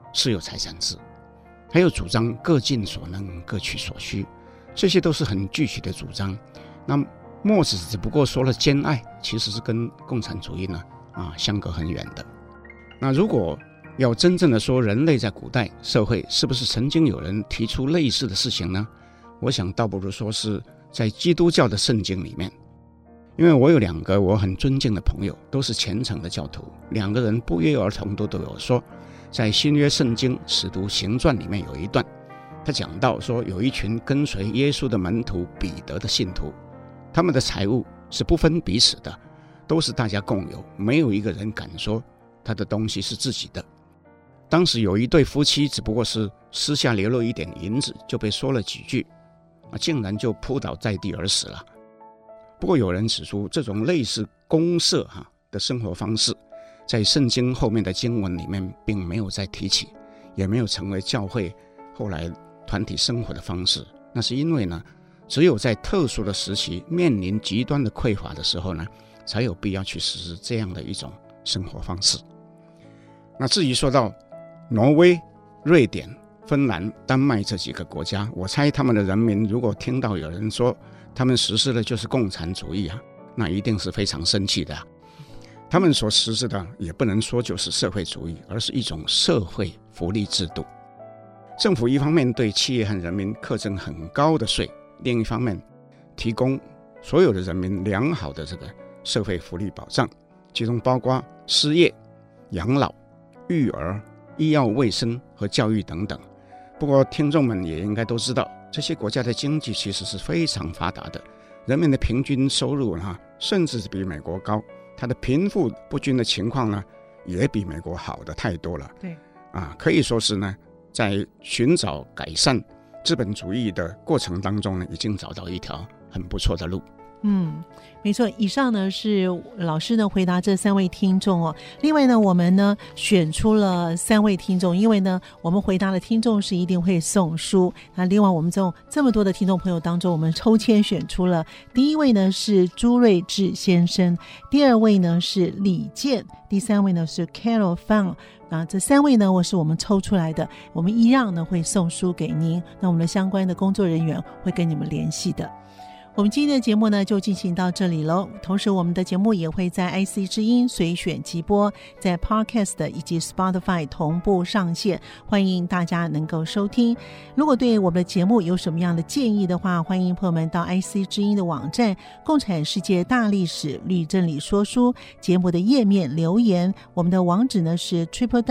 [SPEAKER 3] 私有财产制，还有主张各尽所能各取所需，这些都是很具体的主张。那墨子只不过说了兼爱，其实是跟共产主义呢相隔很远的。那如果要真正的说人类在古代社会是不是曾经有人提出类似的事情呢？我想倒不如说是在基督教的圣经里面。因为我有2个我很尊敬的朋友，都是虔诚的教徒，2个人不约而同都有说，在新约圣经使徒行传里面有一段，他讲到说有一群跟随耶稣的门徒彼得的信徒，他们的财物是不分彼此的，都是大家共有，没有一个人敢说他的东西是自己的。当时有一对夫妻只不过是私下流露一点银子，就被说了几句竟然就扑倒在地而死了。不过有人指出，这种类似公社的生活方式在圣经后面的经文里面并没有再提起，也没有成为教会后来团体生活的方式。那是因为呢，只有在特殊的时期面临极端的匮乏的时候呢，才有必要去实施这样的一种生活方式。那至于说到挪威、瑞典、芬兰、丹麦这几个国家，我猜他们的人民如果听到有人说他们实施的就是共产主义那一定是非常生气的他们所实施的也不能说就是社会主义，而是一种社会福利制度。政府一方面对企业和人民课征很高的税，另一方面提供所有的人民良好的这个社会福利保障，其中包括失业、养老、育儿、医药卫生和教育等等。不过听众们也应该都知道，这些国家的经济其实是非常发达的，人民的平均收入甚至比美国高，它的贫富不均的情况呢也比美国好的太多了。
[SPEAKER 2] 对
[SPEAKER 3] 可以说是呢，在寻找改善资本主义的过程当中呢，已经找到一条很不错的路。
[SPEAKER 2] 没错，以上呢是老师呢回答这3位听众另外呢我们呢选出了3位听众，因为呢我们回答的听众是一定会送书。那另外我们这么多的听众朋友当中，我们抽签选出了第1位呢是朱瑞智先生，第2位呢是李健，第3位呢是 Carol Fang。这3位呢是我们抽出来的，我们一样呢会送书给您，那我们的相关的工作人员会跟你们联系的。我们今天的节目呢就进行到这里了，同时我们的节目也会在 IC 之音随选即播，在 Podcast 以及 Spotify 同步上线，欢迎大家能够收听。如果对我们的节目有什么样的建议的话，欢迎朋友们到 IC 之音的网站共产世界大历史吕正理说书节目的页面留言，我们的网址呢是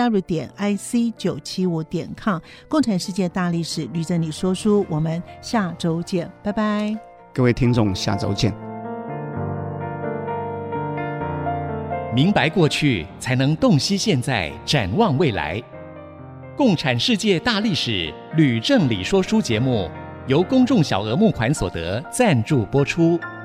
[SPEAKER 2] www.ic975.com 共产世界大历史吕正理说书。我们下周见，拜拜。
[SPEAKER 3] 各位听众，下周见。
[SPEAKER 1] 明白过去，才能洞悉现在，展望未来。共产世界大历史吕正理说书节目由公众小额募款所得赞助播出。